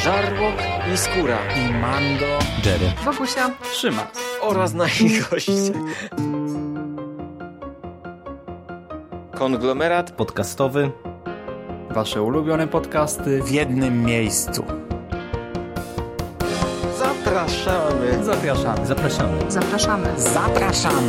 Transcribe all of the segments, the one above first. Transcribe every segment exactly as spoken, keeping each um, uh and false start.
Żarłok i Skóra i Mando, Jerry, Wokusia, Szymas oraz nasi goście. Konglomerat podcastowy. Wasze ulubione podcasty w jednym miejscu. Zapraszamy. Zapraszamy. Zapraszamy. zapraszamy. Zapraszamy.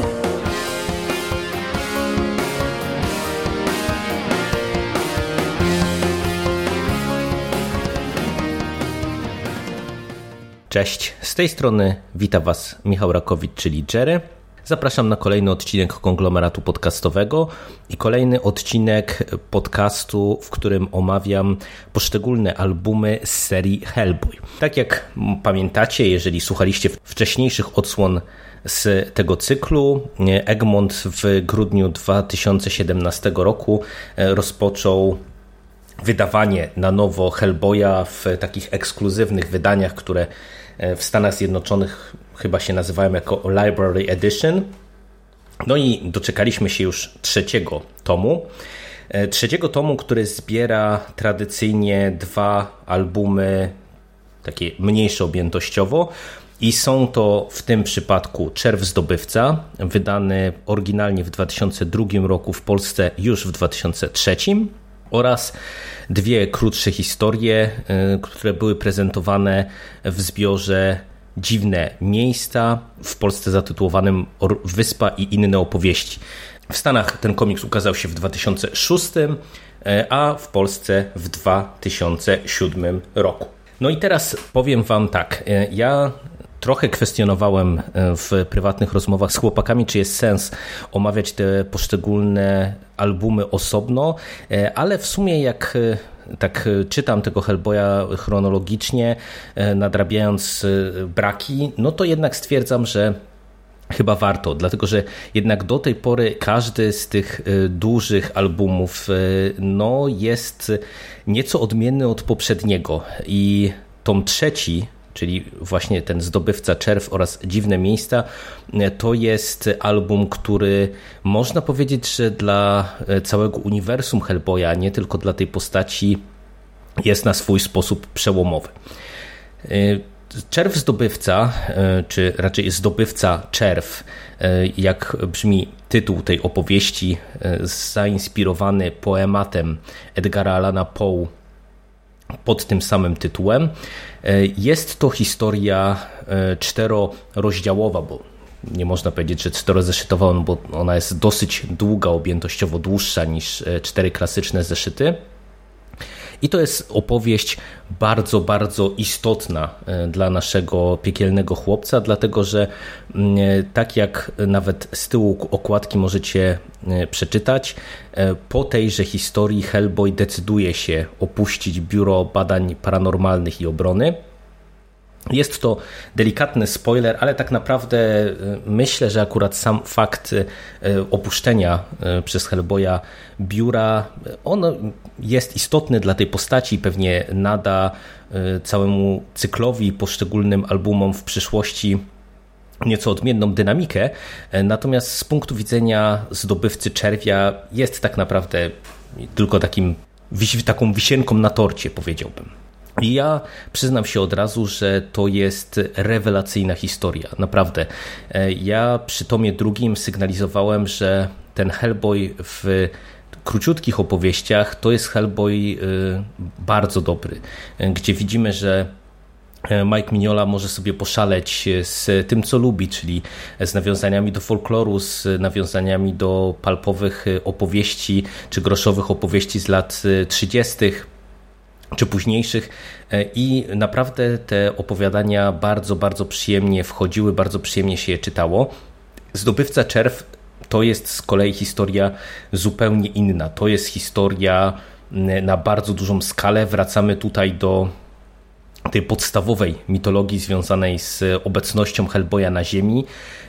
Cześć, z tej strony wita Was Michał Rakowicz, czyli Jerry. Zapraszam na kolejny odcinek konglomeratu podcastowego i kolejny odcinek podcastu, w którym omawiam poszczególne albumy z serii Hellboy. Tak jak pamiętacie, jeżeli słuchaliście wcześniejszych odsłon z tego cyklu, Egmont w grudniu dwa tysiące siedemnastego roku rozpoczął wydawanie na nowo Hellboya w takich ekskluzywnych wydaniach, które w Stanach Zjednoczonych chyba się nazywają jako Library Edition. No i doczekaliśmy się już trzeciego tomu. Trzeciego tomu, który zbiera tradycyjnie dwa albumy, takie mniejsze objętościowo. I są to w tym przypadku Czerw Zdobywca, wydany oryginalnie w dwa tysiące drugim roku, w Polsce już w dwa tysiące trzecim. Oraz dwie krótsze historie, które były prezentowane w zbiorze Dziwne Miejsca, w Polsce zatytułowanym Wyspa i inne opowieści. W Stanach ten komiks ukazał się w dwa tysiące szóstym, a w Polsce w dwa tysiące siódmym roku. No i teraz powiem Wam tak, ja trochę kwestionowałem w prywatnych rozmowach z chłopakami, czy jest sens omawiać te poszczególne albumy osobno, ale w sumie jak tak czytam tego Hellboya chronologicznie, nadrabiając braki, no to jednak stwierdzam, że chyba warto, dlatego że jednak do tej pory każdy z tych dużych albumów no, jest nieco odmienny od poprzedniego i tom trzeci, czyli właśnie ten Zdobywca Czerw oraz Dziwne Miejsca, to jest album, który można powiedzieć, że dla całego uniwersum Hellboya, nie tylko dla tej postaci, jest na swój sposób przełomowy. Czerw Zdobywca, czy raczej Zdobywca Czerw, jak brzmi tytuł tej opowieści, zainspirowany poematem Edgara Allana Poe pod tym samym tytułem. Jest to historia czterorozdziałowa, bo nie można powiedzieć, że czterozeszytowa, bo ona jest dosyć długa, objętościowo dłuższa niż cztery klasyczne zeszyty. I to jest opowieść bardzo, bardzo istotna dla naszego piekielnego chłopca, dlatego że tak jak nawet z tyłu okładki możecie przeczytać, po tejże historii Hellboy decyduje się opuścić Biuro Badań Paranormalnych i Obrony. Jest to delikatny spoiler, ale tak naprawdę myślę, że akurat sam fakt opuszczenia przez Hellboya biura, on jest istotny dla tej postaci i pewnie nada całemu cyklowi, poszczególnym albumom w przyszłości nieco odmienną dynamikę. Natomiast z punktu widzenia Zdobywcy Czerwia jest tak naprawdę tylko takim, taką wisienką na torcie, powiedziałbym. I ja przyznam się od razu, że to jest rewelacyjna historia, naprawdę. Ja przy tomie drugim sygnalizowałem, że ten Hellboy w króciutkich opowieściach to jest Hellboy bardzo dobry, gdzie widzimy, że Mike Mignola może sobie poszaleć z tym, co lubi, czyli z nawiązaniami do folkloru, z nawiązaniami do pulpowych opowieści czy groszowych opowieści z lat trzydziestych czy późniejszych, i naprawdę te opowiadania bardzo, bardzo przyjemnie wchodziły, bardzo przyjemnie się je czytało. Zdobywca Czerw to jest z kolei historia zupełnie inna. To jest historia na bardzo dużą skalę. Wracamy tutaj do tej podstawowej mitologii związanej z obecnością Hellboya na Ziemi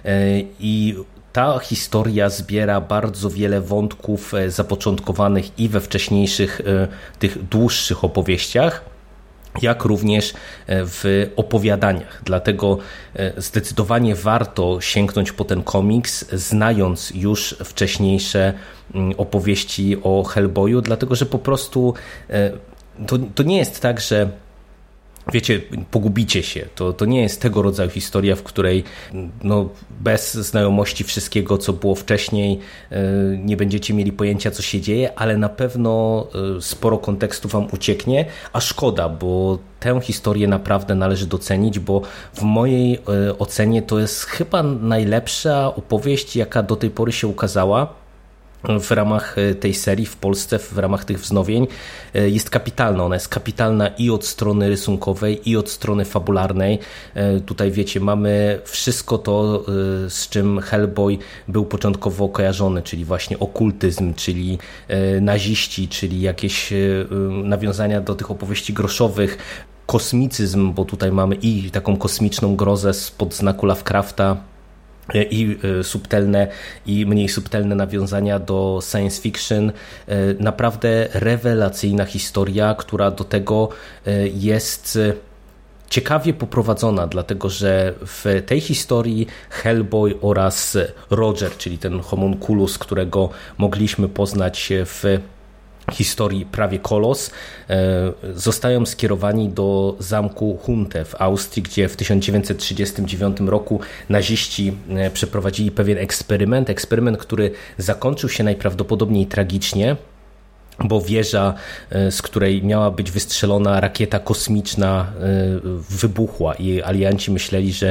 i ta historia zbiera bardzo wiele wątków zapoczątkowanych i we wcześniejszych tych dłuższych opowieściach, jak również w opowiadaniach. Dlatego zdecydowanie warto sięgnąć po ten komiks, znając już wcześniejsze opowieści o Hellboyu, dlatego że po prostu to, to nie jest tak, że wiecie, pogubicie się. To, to nie jest tego rodzaju historia, w której no, bez znajomości wszystkiego, co było wcześniej, nie będziecie mieli pojęcia, co się dzieje, ale na pewno sporo kontekstu wam ucieknie, a szkoda, bo tę historię naprawdę należy docenić, bo w mojej ocenie to jest chyba najlepsza opowieść, jaka do tej pory się ukazała w ramach tej serii w Polsce, w ramach tych wznowień. Jest kapitalna. Ona jest kapitalna i od strony rysunkowej, i od strony fabularnej. Tutaj wiecie, mamy wszystko to, z czym Hellboy był początkowo kojarzony, czyli właśnie okultyzm, czyli naziści, czyli jakieś nawiązania do tych opowieści groszowych, kosmicyzm, bo tutaj mamy i taką kosmiczną grozę spod znaku Lovecrafta, i subtelne i mniej subtelne nawiązania do science fiction. Naprawdę rewelacyjna historia, która do tego jest ciekawie poprowadzona, dlatego że w tej historii Hellboy oraz Roger, czyli ten homunculus, którego mogliśmy poznać w historii Prawie Kolos, zostają skierowani do zamku Hunte w Austrii, gdzie w tysiąc dziewięćset trzydziestym dziewiątym roku naziści przeprowadzili pewien eksperyment, eksperyment, który zakończył się najprawdopodobniej tragicznie, bo wieża, z której miała być wystrzelona rakieta kosmiczna, wybuchła i alianci myśleli, że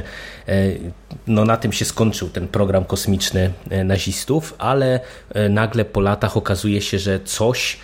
no na tym się skończył ten program kosmiczny nazistów, ale nagle po latach okazuje się, że coś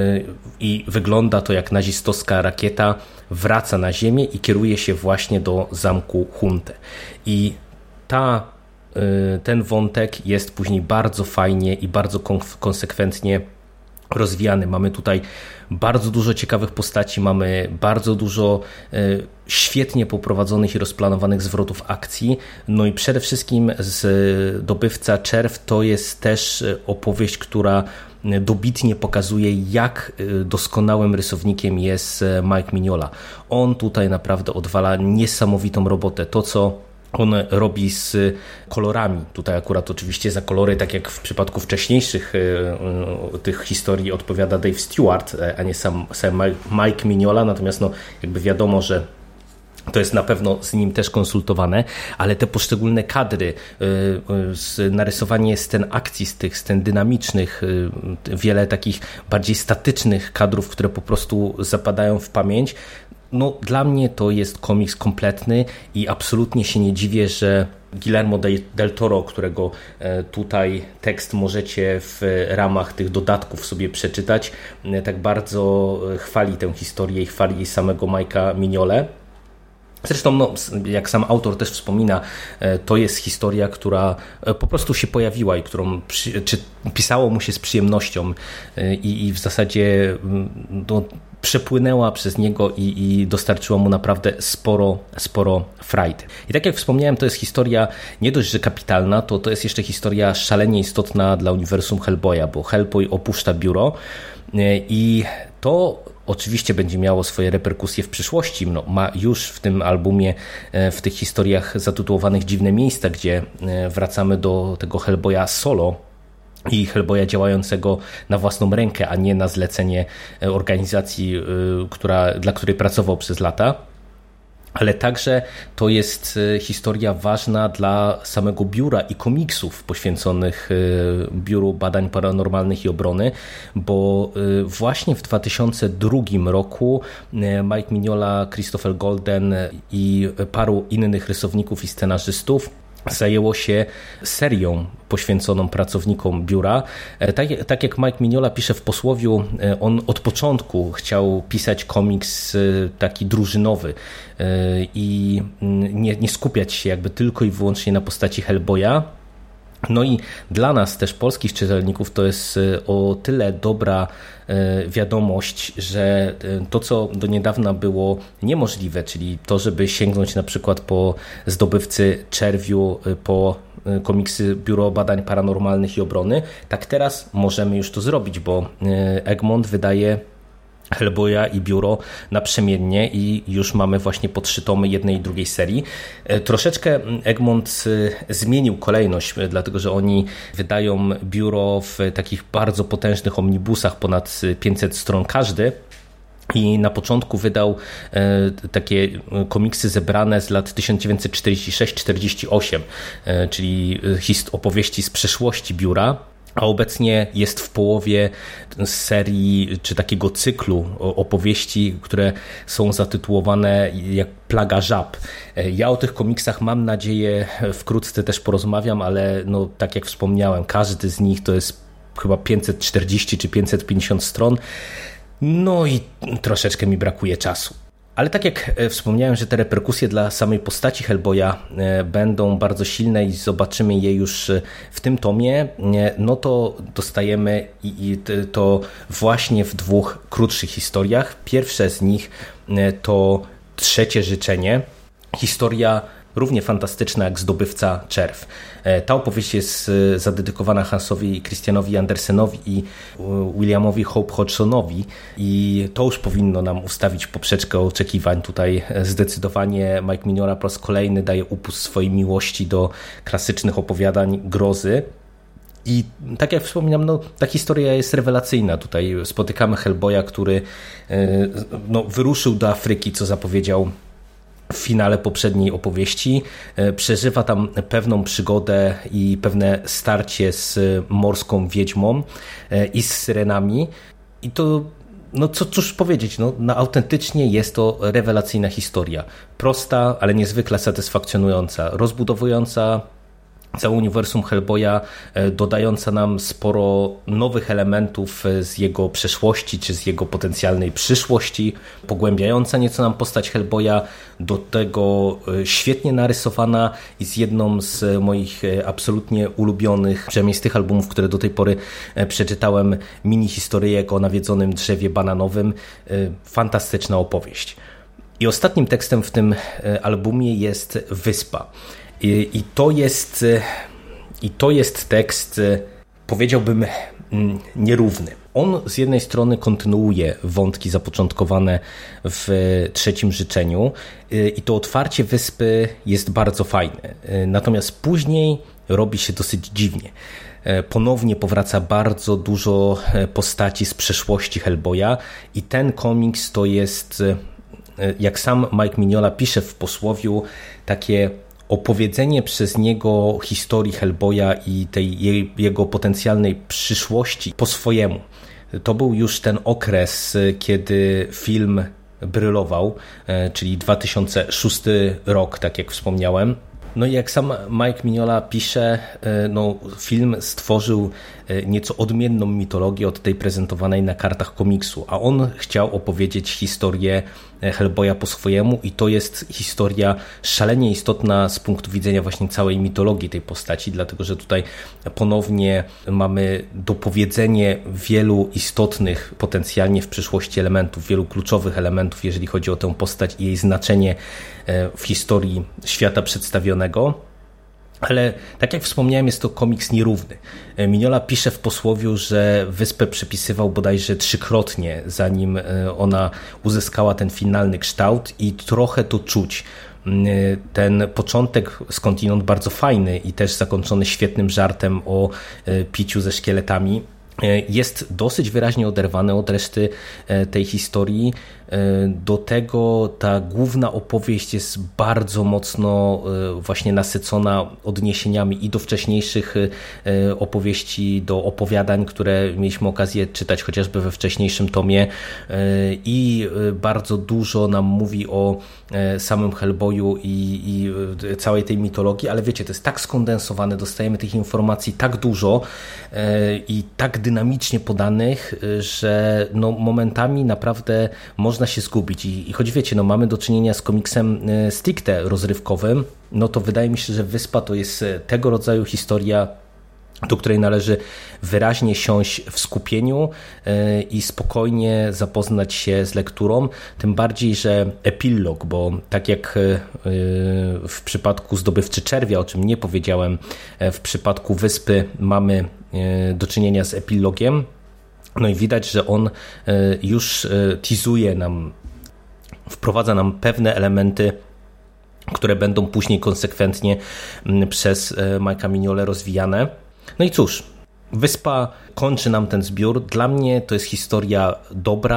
i wygląda to jak nazistowska rakieta wraca na ziemię i kieruje się właśnie do zamku Hunte. I ta, ten wątek jest później bardzo fajnie i bardzo konsekwentnie rozwijany. Mamy tutaj bardzo dużo ciekawych postaci, mamy bardzo dużo świetnie poprowadzonych i rozplanowanych zwrotów akcji. No i przede wszystkim Zdobywca Czerw to jest też opowieść, która dobitnie pokazuje, jak doskonałym rysownikiem jest Mike Mignola. On tutaj naprawdę odwala niesamowitą robotę. To, co on robi z kolorami. Tutaj akurat oczywiście za kolory, tak jak w przypadku wcześniejszych tych historii, odpowiada Dave Stewart, a nie sam, sam Mike Mignola, natomiast no, jakby wiadomo, że to jest na pewno z nim też konsultowane, ale te poszczególne kadry, narysowanie scen akcji z tych scen dynamicznych, wiele takich bardziej statycznych kadrów, które po prostu zapadają w pamięć. No, dla mnie to jest komiks kompletny i absolutnie się nie dziwię, że Guillermo del Toro, którego tutaj tekst możecie w ramach tych dodatków sobie przeczytać, tak bardzo chwali tę historię i chwali samego Mike'a Mignolę. Zresztą, no, jak sam autor też wspomina, to jest historia, która po prostu się pojawiła i którą przy, czy pisało mu się z przyjemnością i, i w zasadzie no, przepłynęła przez niego i, i dostarczyła mu naprawdę sporo, sporo frajdy. I tak jak wspomniałem, to jest historia nie dość, że kapitalna, to to jest jeszcze historia szalenie istotna dla uniwersum Hellboya, bo Hellboy opuszcza biuro i to oczywiście będzie miało swoje reperkusje w przyszłości. No, ma już w tym albumie, w tych historiach zatytułowanych Dziwne Miejsca, gdzie wracamy do tego Hellboya solo i Hellboya działającego na własną rękę, a nie na zlecenie organizacji, która, dla której pracował przez lata. Ale także to jest historia ważna dla samego biura i komiksów poświęconych Biuru Badań Paranormalnych i Obrony, bo właśnie w dwa tysiące drugim roku Mike Mignola, Christopher Golden i paru innych rysowników i scenarzystów zajęło się serią poświęconą pracownikom biura. Tak, tak jak Mike Mignola pisze w posłowiu, on od początku chciał pisać komiks taki drużynowy i nie, nie skupiać się jakby tylko i wyłącznie na postaci Hellboya. No i dla nas też, polskich czytelników, to jest o tyle dobra wiadomość, że to, co do niedawna było niemożliwe, czyli to, żeby sięgnąć na przykład po Zdobywcy Czerwiu, po komiksy Biuro Badań Paranormalnych i Obrony, tak teraz możemy już to zrobić, bo Egmont wydaje Hellboya i Biuro naprzemiennie i już mamy właśnie po trzy tomy jednej i drugiej serii. Troszeczkę Egmont zmienił kolejność, dlatego że oni wydają Biuro w takich bardzo potężnych omnibusach, ponad pięćset stron każdy. I na początku wydał e, takie komiksy zebrane z lat tysiąc dziewięćset czterdziesty szósty czterdziesty ósmy, e, czyli hist- opowieści z przeszłości biura. A obecnie jest w połowie serii, czy takiego cyklu opowieści, które są zatytułowane jak Plaga Żab. Ja o tych komiksach mam nadzieję wkrótce też porozmawiam, ale no, tak jak wspomniałem, każdy z nich to jest chyba pięćset czterdzieści czy pięćset pięćdziesiąt stron. No i troszeczkę mi brakuje czasu. Ale tak jak wspomniałem, że te reperkusje dla samej postaci Hellboya będą bardzo silne i zobaczymy je już w tym tomie, no to dostajemy i to właśnie w dwóch krótszych historiach. Pierwsze z nich to Trzecie Życzenie. Historia równie fantastyczna jak Zdobywca Czerw. Ta opowieść jest zadedykowana Hansowi Christianowi Andersenowi i Williamowi Hope Hodgsonowi i to już powinno nam ustawić poprzeczkę oczekiwań. Tutaj zdecydowanie Mike Mignola po raz kolejny daje upust swojej miłości do klasycznych opowiadań grozy. I tak jak wspominam, no, ta historia jest rewelacyjna. Tutaj spotykamy Hellboya, który no, wyruszył do Afryki, co zapowiedział w finale poprzedniej opowieści. Przeżywa tam pewną przygodę i pewne starcie z morską wiedźmą i z syrenami. I to, no co cóż powiedzieć, no, no autentycznie jest to rewelacyjna historia. Prosta, ale niezwykle satysfakcjonująca, rozbudowująca całe uniwersum Hellboya, dodająca nam sporo nowych elementów z jego przeszłości czy z jego potencjalnej przyszłości, pogłębiająca nieco nam postać Hellboya, do tego świetnie narysowana i z jedną z moich absolutnie ulubionych, przynajmniej z tych albumów, które do tej pory przeczytałem, mini historyjek o nawiedzonym drzewie bananowym. Fantastyczna opowieść. I ostatnim tekstem w tym albumie jest Wyspa. I, i, to jest, I to jest tekst, powiedziałbym, nierówny. On z jednej strony kontynuuje wątki zapoczątkowane w Trzecim Życzeniu i to otwarcie wyspy jest bardzo fajne. Natomiast później robi się dosyć dziwnie. Ponownie powraca bardzo dużo postaci z przeszłości Hellboya i ten komiks to jest, jak sam Mike Mignola pisze w posłowiu, takie opowiedzenie przez niego historii Hellboya i tej jej, jego potencjalnej przyszłości po swojemu. To był już ten okres, kiedy film brylował, czyli dwa tysiące szósty rok, tak jak wspomniałem. No i jak sam Mike Mignola pisze, no, film stworzył nieco odmienną mitologię od tej prezentowanej na kartach komiksu, a on chciał opowiedzieć historię Hellboya po swojemu i to jest historia szalenie istotna z punktu widzenia właśnie całej mitologii tej postaci, dlatego że tutaj ponownie mamy dopowiedzenie wielu istotnych potencjalnie w przyszłości elementów, wielu kluczowych elementów, jeżeli chodzi o tę postać i jej znaczenie w historii świata przedstawionego. Ale tak jak wspomniałem, jest to komiks nierówny. Mignola pisze w posłowiu, że Wyspę przepisywał bodajże trzykrotnie, zanim ona uzyskała ten finalny kształt i trochę to czuć. Ten początek skądinąd bardzo fajny i też zakończony świetnym żartem o piciu ze szkieletami jest dosyć wyraźnie oderwany od reszty tej historii. Do tego ta główna opowieść jest bardzo mocno właśnie nasycona odniesieniami i do wcześniejszych opowieści, do opowiadań, które mieliśmy okazję czytać chociażby we wcześniejszym tomie i bardzo dużo nam mówi o samym Hellboyu i, i całej tej mitologii, ale wiecie, to jest tak skondensowane, dostajemy tych informacji tak dużo i tak dynamicznie podanych, że no momentami naprawdę można się zgubić i, i choć wiecie, no mamy do czynienia z komiksem stricte rozrywkowym, no to wydaje mi się, że Wyspa to jest tego rodzaju historia, do której należy wyraźnie siąść w skupieniu i spokojnie zapoznać się z lekturą, tym bardziej, że epilog, bo tak jak w przypadku Zdobywcy Czerwia, o czym nie powiedziałem, w przypadku Wyspy mamy do czynienia z epilogiem, no i widać, że on już teasuje nam, wprowadza nam pewne elementy, które będą później konsekwentnie przez Mike'a Mignolę rozwijane. No i cóż, Wyspa kończy nam ten zbiór. Dla mnie to jest historia dobra,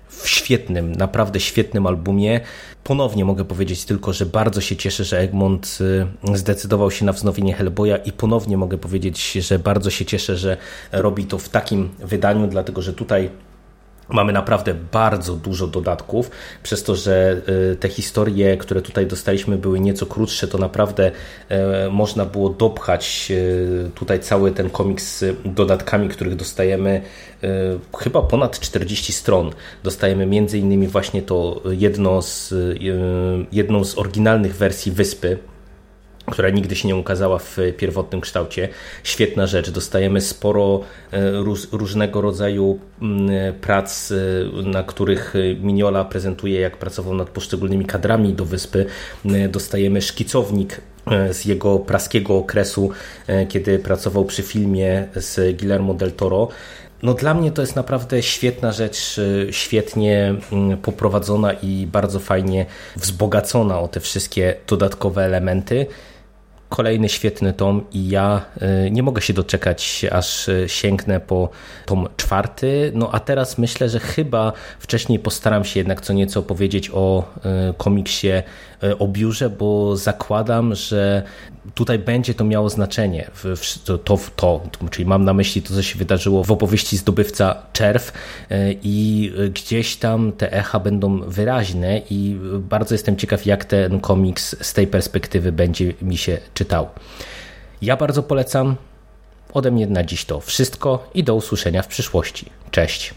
w świetnym, naprawdę świetnym albumie. Ponownie mogę powiedzieć tylko, że bardzo się cieszę, że Egmont zdecydował się na wznowienie Hellboya i ponownie mogę powiedzieć, że bardzo się cieszę, że robi to w takim wydaniu, dlatego że tutaj mamy naprawdę bardzo dużo dodatków, przez to, że te historie, które tutaj dostaliśmy, były nieco krótsze, to naprawdę można było dopchać tutaj cały ten komiks z dodatkami, których dostajemy chyba ponad czterdzieści stron. Dostajemy między innymi właśnie to jedno z, jedną z oryginalnych wersji Wyspy, która nigdy się nie ukazała w pierwotnym kształcie. Świetna rzecz. Dostajemy sporo róż, różnego rodzaju prac, na których Mignola prezentuje, jak pracował nad poszczególnymi kadrami do Wyspy. Dostajemy szkicownik z jego praskiego okresu, kiedy pracował przy filmie z Guillermo del Toro. No dla mnie to jest naprawdę świetna rzecz, świetnie poprowadzona i bardzo fajnie wzbogacona o te wszystkie dodatkowe elementy. Kolejny świetny tom i ja nie mogę się doczekać, aż sięgnę po tom czwarty. No a teraz myślę, że chyba wcześniej postaram się jednak co nieco powiedzieć o komiksie o Biurze, bo zakładam, że tutaj będzie to miało znaczenie. To, to, to, czyli mam na myśli to, co się wydarzyło w opowieści Zdobywca Czerw i gdzieś tam te echa będą wyraźne i bardzo jestem ciekaw, jak ten komiks z tej perspektywy będzie mi się czytał. Ja bardzo polecam. Ode mnie na dziś to wszystko i do usłyszenia w przyszłości. Cześć!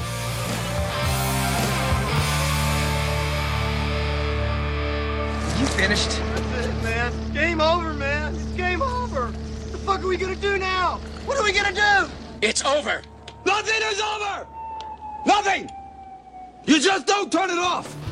You finished? That's it, man. Game over, man. It's game over. What the fuck are we gonna do now? What are we gonna do? It's over. Nothing is over! Nothing! You just don't turn it off!